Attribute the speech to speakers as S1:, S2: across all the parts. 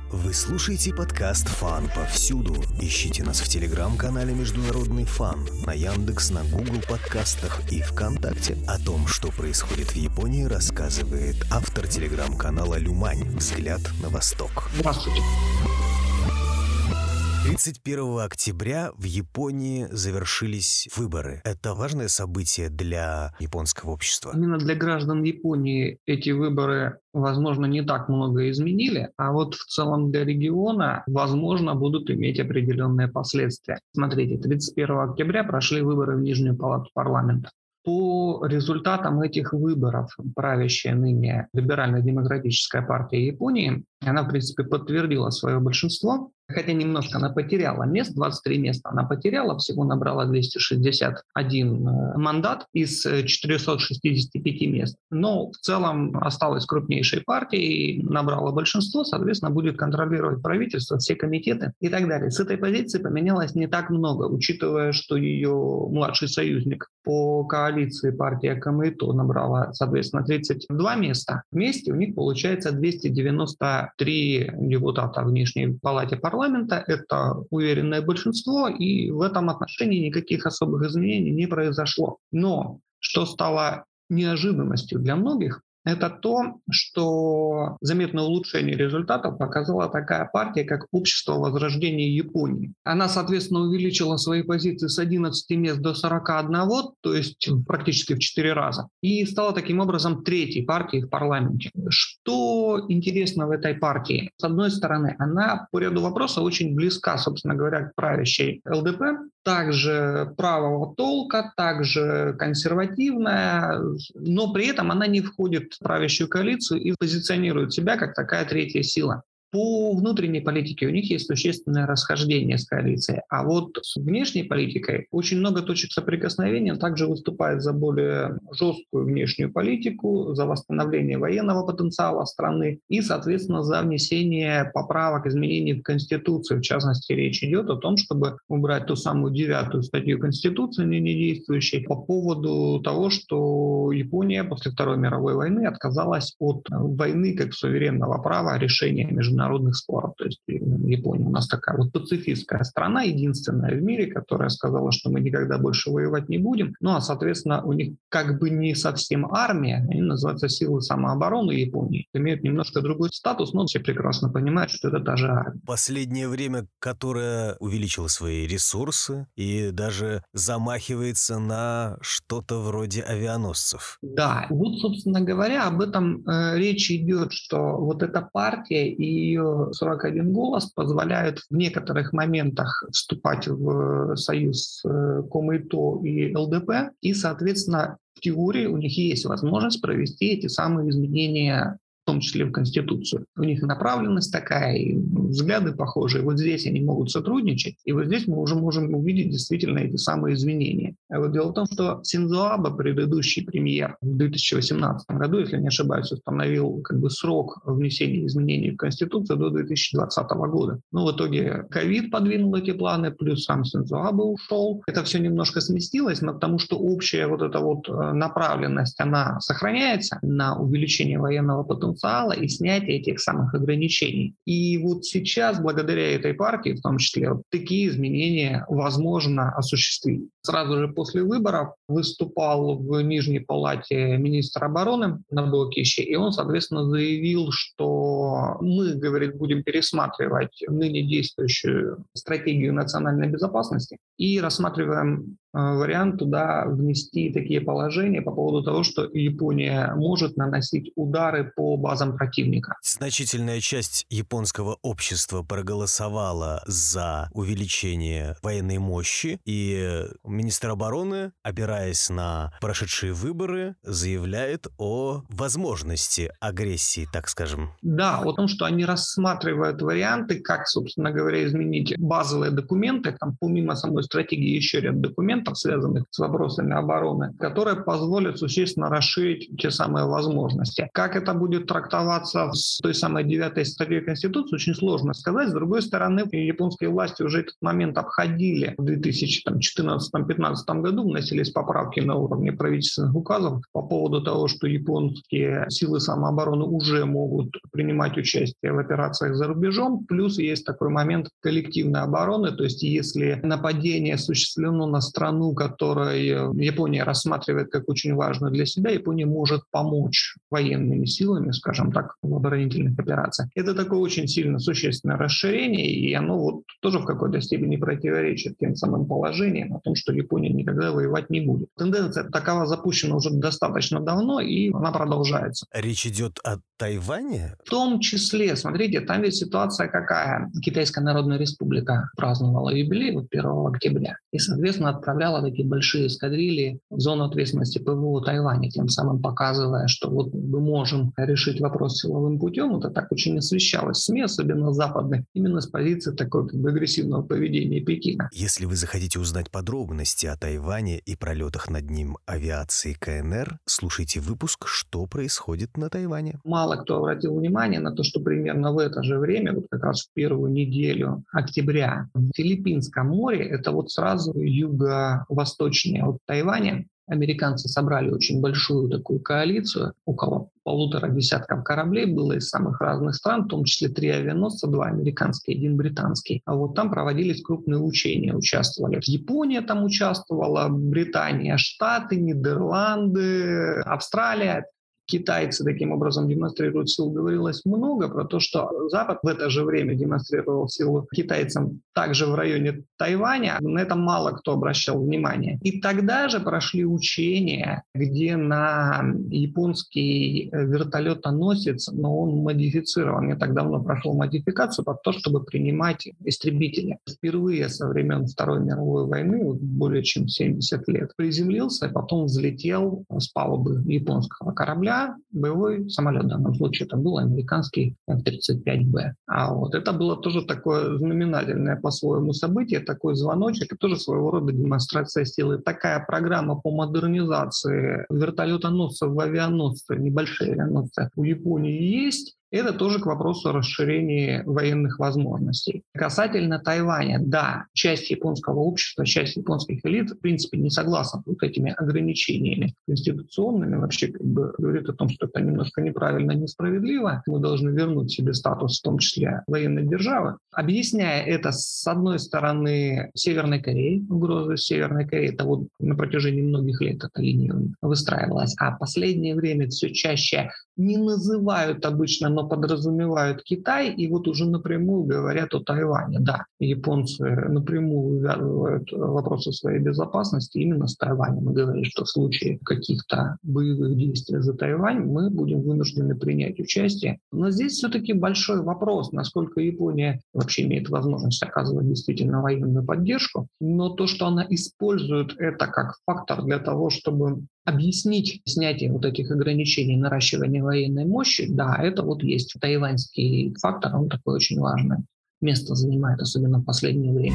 S1: Вы слушаете подкаст «Фан повсюду». Ищите нас в телеграм-канале «Международный фан», на Яндекс, на Google подкастах и ВКонтакте. О том, что происходит в Японии, рассказывает автор телеграм-канала «Люмань. Взгляд на восток».
S2: Здравствуйте.
S1: 31 октября в Японии завершились выборы. Это важное событие для японского общества.
S2: Именно для граждан Японии эти выборы, возможно, не так много изменили, а вот в целом для региона, возможно, будут иметь определенные последствия. Смотрите, 31 октября прошли выборы в Нижнюю палату парламента. По результатам этих выборов правящая ныне Либерально-демократическая партия Японии, она, в принципе, подтвердила свое большинство, хотя немножко она потеряла мест, 23 места она потеряла, всего набрала 261 мандат из 465 мест. Но в целом осталась крупнейшей партией, набрала большинство, соответственно, будет контролировать правительство, все комитеты и так далее. С этой позиции поменялось не так много, учитывая, что ее младший союзник по коалиции партия Комэйто набрала, соответственно, 32 места. Вместе у них получается 293 депутата в Нижней палате парламента. Это уверенное большинство, и в этом отношении никаких особых изменений не произошло. Но что стало неожиданностью для многих, это то, что заметное улучшение результатов показала такая партия, как Общество возрождения Японии. Она, соответственно, увеличила свои позиции с 11 мест до 41, то есть практически в 4 раза, и стала таким образом третьей партией в парламенте. Что интересно в этой партии? С одной стороны, она по ряду вопросов очень близка, собственно говоря, к правящей ЛДП, также правого толка, также консервативная, но при этом она не входит в правящую коалицию и позиционирует себя как такая третья сила. По внутренней политике у них есть существенное расхождение с коалицией, а вот с внешней политикой очень много точек соприкосновения. Он также выступает за более жесткую внешнюю политику, за восстановление военного потенциала страны и, соответственно, за внесение поправок, изменений в Конституцию. В частности, речь идет о том, чтобы убрать ту самую 9-ю статью Конституции, ныне действующей, по поводу того, что Япония после Второй мировой войны отказалась от войны как суверенного права решения международных споров. То есть Япония у нас такая вот пацифистская страна, единственная в мире, которая сказала, что мы никогда больше воевать не будем. Ну а, соответственно, у них как бы не совсем армия, они называются силы самообороны Японии. Имеют немножко другой статус, но все прекрасно понимают, что это та же армия.
S1: Последнее время, которое увеличило свои ресурсы и даже замахивается на что-то вроде авианосцев.
S2: Да, вот, собственно говоря, об этом речь идет, что вот эта партия и ее 41 голос позволяют в некоторых моментах вступать в союз Комэйто и ЛДП, и, соответственно, в теории у них есть возможность провести эти самые изменения, в том числе в Конституцию. У них направленность такая, и взгляды похожие. Вот здесь они могут сотрудничать, и вот здесь мы уже можем увидеть действительно эти самые изменения. А вот дело в том, что Синдзо Абе, предыдущий премьер, в 2018 году, если не ошибаюсь, установил срок внесения изменений в Конституцию до 2020 года. Но в итоге ковид подвинул эти планы, плюс сам Синдзо Абе ушел. Это все немножко сместилось, но потому что общая вот эта вот направленность, она сохраняется на увеличение военного потенциала и снятие этих самых ограничений. И вот сейчас, благодаря этой партии, в том числе, вот такие изменения возможно осуществить. Сразу же после выборов выступал в Нижней палате министр обороны Нобуо Киши, и он, соответственно, заявил, что мы, говорит, будем пересматривать ныне действующую стратегию национальной безопасности и рассматриваем вариант туда внести такие положения по поводу того, что Япония может наносить удары по базам противника.
S1: Значительная часть японского общества проголосовала за увеличение военной мощи, и министр обороны, опираясь на прошедшие выборы, заявляет о возможности агрессии, так скажем.
S2: Да, о том, что они рассматривают варианты, как, собственно говоря, изменить базовые документы. Там помимо самой стратегии еще ряд документов, моментов, связанных с вопросами обороны, которые позволят существенно расширить те самые возможности. Как это будет трактоваться с той самой 9-й статьей Конституции, очень сложно сказать. С другой стороны, японские власти уже этот момент обходили в 2014-2015 году, вносились поправки на уровне правительственных указов по поводу того, что японские силы самообороны уже могут принимать участие в операциях за рубежом. Плюс есть такой момент коллективной обороны, то есть если нападение осуществлено на страну, которую Япония рассматривает как очень важную для себя, Япония может помочь военными силами, скажем так, в оборонительных операциях. Это такое очень сильно существенное расширение, и оно вот тоже в какой-то степени противоречит тем самым положениям о том, что Япония никогда воевать не будет. Тенденция такова запущена уже достаточно давно, и она продолжается.
S1: Речь идет о Тайване?
S2: В том числе, смотрите, там ведь ситуация какая. Китайская Народная Республика праздновала юбилей 1 октября и, соответственно, отправляла такие большие эскадрильи в зону ответственности ПВО Тайваня, тем самым показывая, что вот мы можем решить вопрос силовым путем. Это так очень освещалось в СМИ, особенно западных, именно с позиции такой агрессивного поведения Пекина.
S1: Если вы захотите узнать подробности о Тайване и пролетах над ним авиации КНР, слушайте выпуск «Что происходит на Тайване».
S2: Мало кто обратил внимание на то, что примерно в это же время, вот как раз в первую неделю октября, в Филиппинском море, это вот сразу юго-восточнее от Тайваня, американцы собрали очень большую такую коалицию, около 1,5 десятков кораблей было из самых разных стран, в том числе 3 авианосца, 2 американские, 1 британский. А вот там проводились крупные учения, участвовали. Япония там участвовала, Британия, Штаты, Нидерланды, Австралия. Китайцы таким образом демонстрируют силу. Говорилось много про то, что Запад в это же время демонстрировал силу китайцам также в районе Тайваня. На это мало кто обращал внимание. И тогда же прошли учения, где на японский вертолетоносец, но он модифицирован, не так давно прошел модификацию под то, чтобы принимать истребители. Впервые со времен Второй мировой войны, более чем 70 лет, приземлился, и потом взлетел с палубы японского корабля боевой самолет. В данном случае это был американский F-35B. А вот это было тоже такое знаменательное по-своему событие, такой звоночек, и тоже своего рода демонстрация силы. Такая программа по модернизации вертолетоносцев в авианосцы, небольшие авианосцы у Японии есть. Это тоже к вопросу о расширении военных возможностей. Касательно Тайваня, да, часть японского общества, часть японских элит, в принципе, не согласна с этими ограничениями конституционными. Вообще, говорит о том, что это немножко неправильно, несправедливо. Мы должны вернуть себе статус, в том числе военной державы. Объясняя это, с одной стороны, Северной Кореей, угрозы Северной Кореи, это вот на протяжении многих лет эта линия выстраивалась. А в последнее время все чаще не называют обычно, но подразумевают Китай, и вот уже напрямую говорят о Тайване. Да, японцы напрямую увязывают вопросы своей безопасности именно с Тайванем и говорят, что в случае каких-то боевых действий за Тайвань мы будем вынуждены принять участие. Но здесь все-таки большой вопрос, насколько Япония вообще имеет возможность оказывать действительно военную поддержку. Но то, что она использует это как фактор для того, чтобы объяснить снятие вот этих ограничений наращивания военной мощи, да, это вот есть тайваньский фактор, он такое очень важное место занимает, особенно в последнее время.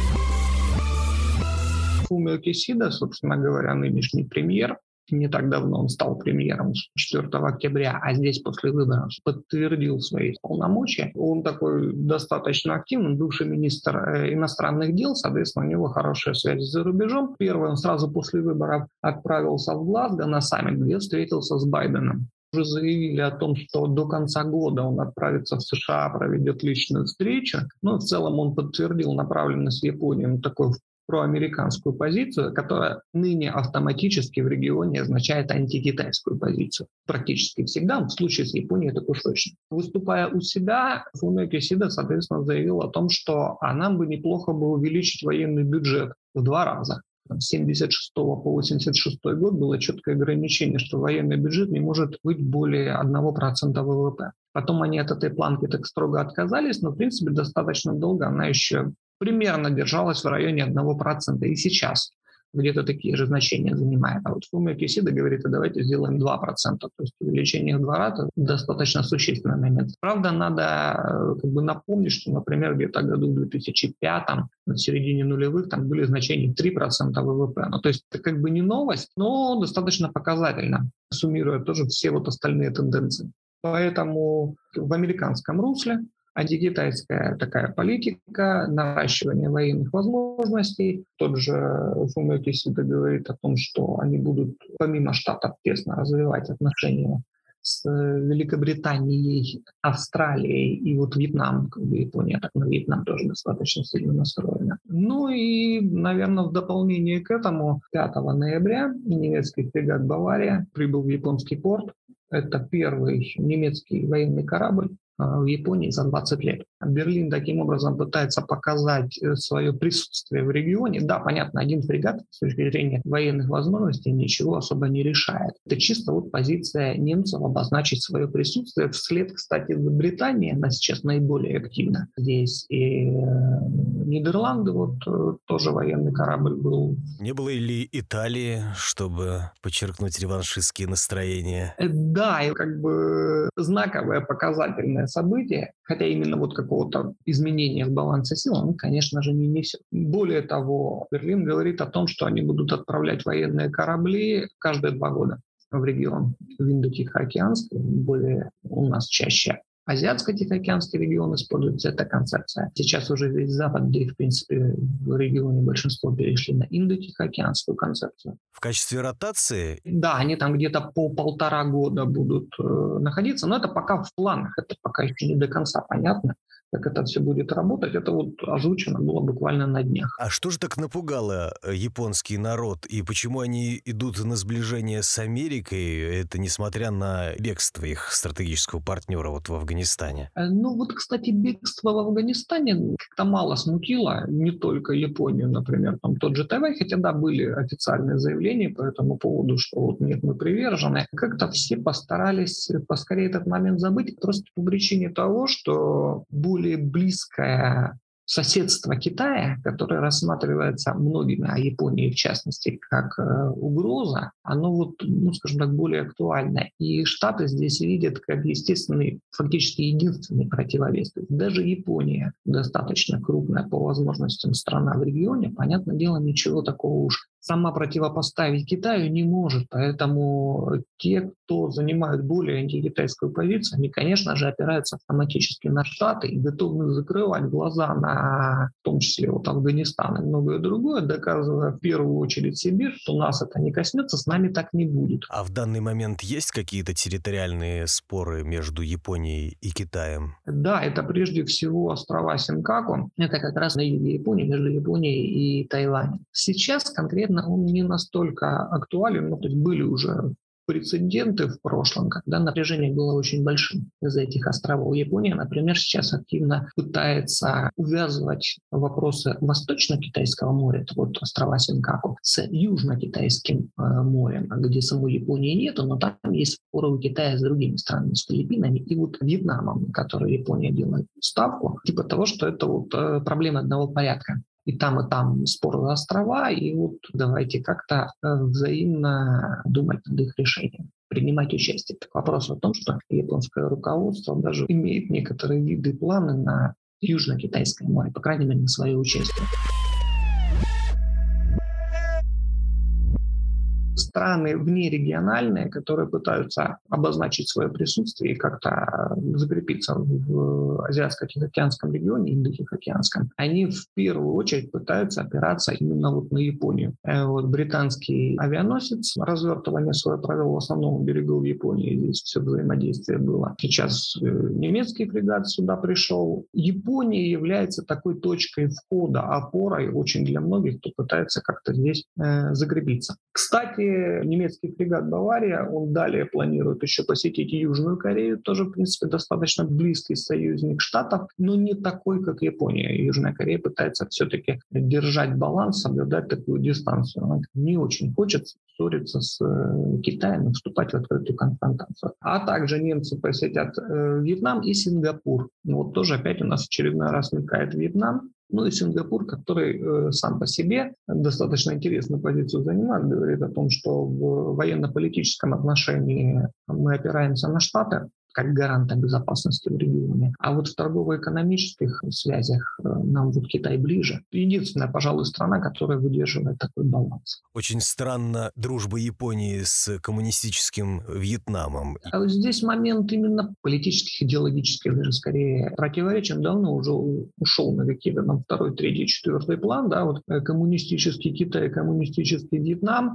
S2: Фумио Кисида, собственно говоря, нынешний премьер, не так давно он стал премьером 4 октября, а здесь после выборов подтвердил свои полномочия. Он такой достаточно активный, бывший министр иностранных дел, соответственно, у него хорошая связь за рубежом. Первый, он сразу после выборов отправился в Глазго на саммит, где встретился с Байденом. Уже заявили о том, что до конца года он отправится в США, проведет личную встречу. Но в целом он подтвердил направленность Японии на такой проамериканскую позицию, которая ныне автоматически в регионе означает антикитайскую позицию. Практически всегда, в случае с Японией это уж точно. Выступая у себя, Фумио Кисида, соответственно, заявил о том, что нам бы неплохо бы увеличить военный бюджет в 2 раза. С 1976 по 1986 год было четкое ограничение, что военный бюджет не может быть более 1% ВВП. Потом они от этой планки так строго отказались, но, в принципе, достаточно долго она еще примерно держалась в районе 1%. И сейчас где-то такие же значения занимает. А вот Фумио Кисида говорит, давайте сделаем 2%. То есть увеличение в 2 раза достаточно существенный момент. Правда, надо напомнить, что, например, где-то году в 2005, в середине нулевых, там были значения 3% ВВП. То есть это не новость, но достаточно показательно, суммируя тоже все остальные тенденции. Поэтому в американском русле антикитайская такая политика, наращивание военных возможностей. Тот же Фумио Кисида говорит о том, что они будут помимо Штатов тесно развивать отношения с Великобританией, Австралией и Вьетнам, Япония, так на Вьетнам тоже достаточно сильно настроена. И, наверное, в дополнение к этому 5 ноября немецкий фрегат «Бавария» прибыл в японский порт. Это первый немецкий военный корабль в Японии за 20 лет. Берлин таким образом пытается показать свое присутствие в регионе. Да, понятно, один фрегат с точки зрения военных возможностей ничего особо не решает. Это чисто позиция немцев обозначить свое присутствие. Вслед, кстати, в Британии она сейчас наиболее активна. Здесь и Нидерланды, тоже военный корабль был.
S1: Не было ли Италии, чтобы подчеркнуть реваншистские настроения?
S2: Да, и знаковое, показательное событие, хотя именно какого-то изменения в балансе сил он, конечно же, не несет. Более того, Берлин говорит о том, что они будут отправлять военные корабли каждые 2 года в регион, в Индо-Тихоокеанский, более у нас чаще Азиатско-Тихоокеанский регион используется эта концепция. Сейчас уже весь Запад, да и в принципе в регионе большинство перешли на Индо-Тихоокеанскую концепцию.
S1: В качестве ротации?
S2: Да, они там где-то по 1,5 года будут находиться, но это пока в планах, это пока еще не до конца понятно, как это все будет работать. Это озвучено было буквально на днях.
S1: А что же так напугало японский народ? И почему они идут на сближение с Америкой, это несмотря на бегство их стратегического партнера в Афганистане?
S2: Кстати, бегство в Афганистане как-то мало смутило не только Японию, например, там тот же Тайвань, хотя да, были официальные заявления по этому поводу, что нет, мы привержены. Как-то все постарались поскорее этот момент забыть, просто по причине того, что более близкое соседство Китая, которое рассматривается многими, а Японии в частности, как угроза, оно скажем так, более актуально. И Штаты здесь видят как естественный, фактически единственный противовес. Даже Япония, достаточно крупная по возможностям страна в регионе, понятное дело, ничего такого уж сама противопоставить Китаю не может. Поэтому те, кто занимают более антикитайскую позицию, они, конечно же, опираются автоматически на Штаты и готовы закрывать глаза на, в том числе Афганистан и многое другое, доказывая в первую очередь себе, что нас это не коснется, с нами так не будет.
S1: А в данный момент есть какие-то территориальные споры между Японией и Китаем?
S2: Да, это прежде всего острова Синкаку. Это как раз на юге Японии, между Японией и Таиландом. Сейчас конкретно он не настолько актуален, то есть были уже прецеденты в прошлом, когда напряжение было очень большим из-за этих островов. Япония, например, сейчас активно пытается увязывать вопросы Восточно-Китайского моря, это острова Синкаку, с Южно-Китайским морем, где самой Японии нету, но там есть споры у Китая с другими странами, с Филиппинами и Вьетнамом, на который Япония делает ставку, типа того, что это проблема одного порядка. И там спор за острова, и давайте как-то взаимно думать над их решением, принимать участие. Так вопрос о том, что японское руководство даже имеет некоторые виды и планы на Южно-Китайское море, по крайней мере, на свое участие. Страны внерегиональные, которые пытаются обозначить свое присутствие и как-то закрепиться в Азиатско-Тихоокеанском регионе, Индо-Тихоокеанском, они в первую очередь пытаются опираться именно на Японию. Британский авианосец развертывание свое провел в основном берегу в Японии, здесь все взаимодействие было. Сейчас немецкий фрегат сюда пришел. Япония является такой точкой входа, опорой очень для многих, кто пытается как-то здесь закрепиться. Кстати, немецкий фрегат «Бавария», он далее планирует еще посетить Южную Корею, тоже, в принципе, достаточно близкий союзник Штатов, но не такой, как Япония. Южная Корея пытается все-таки держать баланс, соблюдать такую дистанцию. Она не очень хочет ссориться с Китаем и вступать в открытую конфронтацию. А также немцы посетят Вьетнам и Сингапур. Тоже опять у нас очередной раз мелькает Вьетнам. Ну и Сингапур, который сам по себе достаточно интересную позицию занимает, говорит о том, что в военно-политическом отношении мы опираемся на Штаты как гаранта безопасности в регионе. А вот в торгово-экономических связях нам вот Китай ближе. Единственная, пожалуй, страна, которая выдерживает такой баланс.
S1: Очень странна дружба Японии с коммунистическим Вьетнамом.
S2: А вот здесь момент именно политических, идеологических, даже скорее противоречий. Он давно уже ушел на какие-то там второй, третий, четвертый план. Да, вот коммунистический Китай, коммунистический Вьетнам.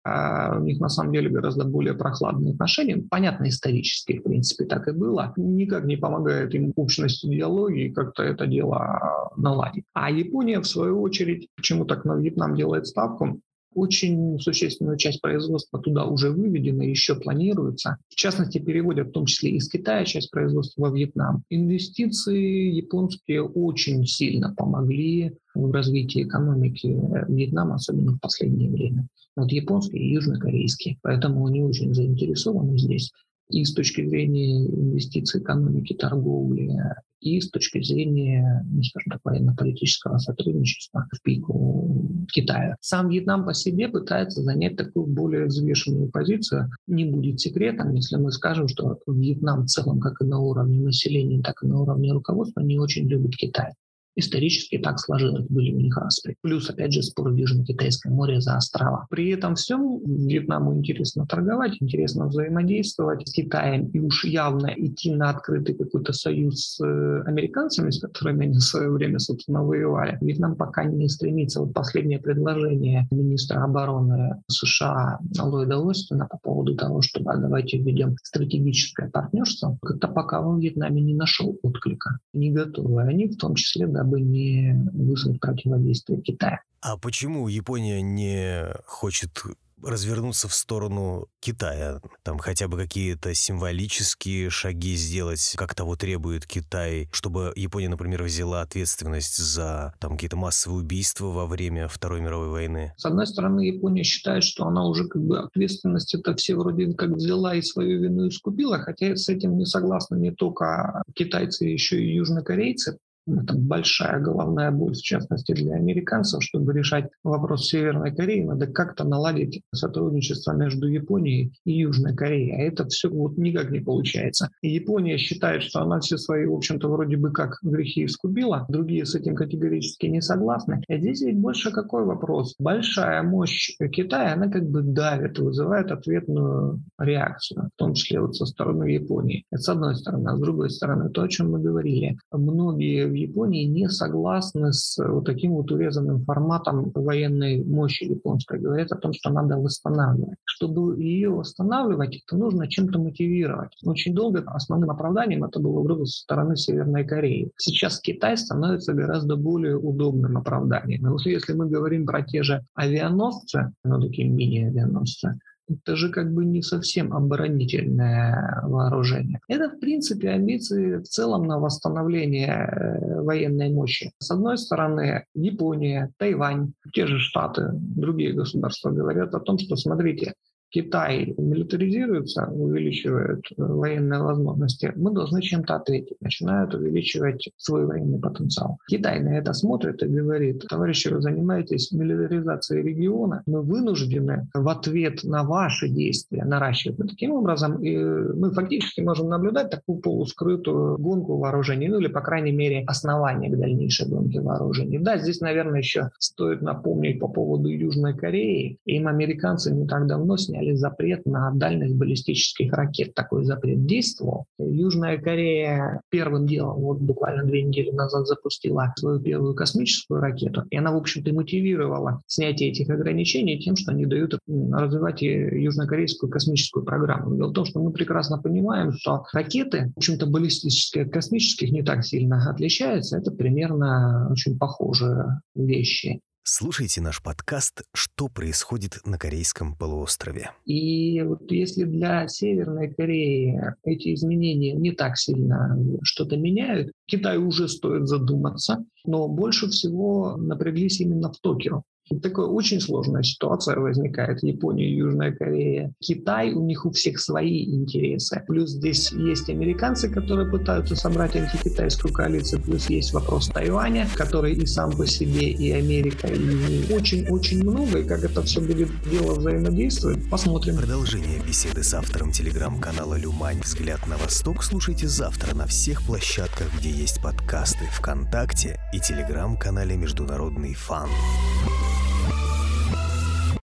S2: А у них на самом деле гораздо более прохладные отношения. Понятно, исторически, в принципе, так и было. Никак не помогает им общность идеологии как-то это дело наладить. А Япония, в свою очередь, почему так на Вьетнам делает ставку? Очень существенную часть производства туда уже выведена, еще планируется. В частности, переводят в том числе из Китая часть производства во Вьетнам. Инвестиции японские очень сильно помогли в развитии экономики Вьетнама, особенно в последнее время. Вот японские и южнокорейские. Поэтому они очень заинтересованы здесь. И с точки зрения инвестиций, экономики, торговли, и с точки зрения, скажем так, военно-политического сотрудничества в пику Китая. Сам Вьетнам по себе пытается занять такую более взвешенную позицию. Не будет секретом, если мы скажем, что Вьетнам в целом, как и на уровне населения, так и на уровне руководства, не очень любит Китай. Исторически так сложилось, были у них распри. Плюс, опять же, спор в Южно-Китайском море за острова. При этом всем Вьетнаму интересно торговать, интересно взаимодействовать с Китаем и уж явно идти на открытый какой-то союз с американцами, с которыми они в свое время, собственно, воевали. Вьетнам пока не стремится. Вот последнее предложение министра обороны США Ллойда Остина по поводу того, что давайте введем стратегическое партнерство, как-то пока во Вьетнаме не нашел отклика. Не готовы они, в том числе, дабы не вызвать противодействие Китая.
S1: А почему Япония не хочет развернуться в сторону Китая? Там хотя бы какие-то символические шаги сделать, как того требует Китай, чтобы Япония, например, взяла ответственность за там какие-то массовые убийства во время Второй мировой войны?
S2: С одной стороны, Япония считает, что она уже как бы ответственность это все вроде как взяла и свою вину искупила, хотя с этим не согласны не только китайцы, еще и южнокорейцы. Это большая головная боль, в частности, для американцев, чтобы решать вопрос Северной Кореи, надо как-то наладить сотрудничество между Японией и Южной Кореей. А это все вот никак не получается. И Япония считает, что она все свои, в общем-то, вроде бы как грехи искупила, другие с этим категорически не согласны. А здесь ведь больше какой вопрос? Большая мощь Китая, она как бы давит, вызывает ответную реакцию, в том числе вот со стороны Японии. Это с одной стороны. А с другой стороны, то, о чем мы говорили, многие в Японии не согласны с вот таким вот урезанным форматом военной мощи японской. Говорят о том, что надо восстанавливать. Чтобы ее восстанавливать, это нужно чем-то мотивировать. Очень долго основным оправданием это было вроде со стороны Северной Кореи. Сейчас Китай становится гораздо более удобным оправданием. Но если мы говорим про те же авианосцы, ну такие мини-авианосцы, это же как бы не совсем оборонительное вооружение. Это, в принципе, амбиции в целом на восстановление военной мощи. С одной стороны, Япония, Тайвань, те же Штаты, другие государства говорят о том, что, смотрите, Китай милитаризируется, увеличивает военные возможности, мы должны чем-то ответить, начинают увеличивать свой военный потенциал. Китай на это смотрит и говорит: товарищи, вы занимаетесь милитаризацией региона, мы вынуждены в ответ на ваши действия наращивать. И таким образом мы фактически можем наблюдать такую полускрытую гонку вооружений, ну или, по крайней мере, основание к дальнейшей гонке вооружений. Да, здесь, наверное, еще стоит напомнить по поводу Южной Кореи. Им американцы не так давно сняли запрет на дальность баллистических ракет. Такой запрет действовал. Южная Корея первым делом, вот буквально 2 недели назад запустила свою первую космическую ракету, и она, в общем-то, мотивировала снятие этих ограничений тем, что они дают развивать южнокорейскую космическую программу. Дело в том, что мы прекрасно понимаем, что ракеты, в общем-то, баллистические от космических не так сильно отличаются. Это примерно очень похожие вещи.
S1: Слушайте наш подкаст «Что происходит на Корейском полуострове».
S2: И вот если для Северной Кореи эти изменения не так сильно что-то меняют, Китаю уже стоит задуматься, но больше всего напряглись именно в Токио. Такая очень сложная ситуация возникает. Япония, Южная Корея, Китай, у них у всех свои интересы. Плюс здесь есть американцы, которые пытаются собрать антикитайскую коалицию. Плюс есть вопрос Тайваня, который и сам по себе, и Америка, и очень-очень много. И как это все будет дело взаимодействовать, посмотрим.
S1: Продолжение беседы с автором телеграм-канала «Люмань. Взгляд на Восток» слушайте завтра на всех площадках, где есть подкасты, ВКонтакте и телеграм-канале «Международный фан».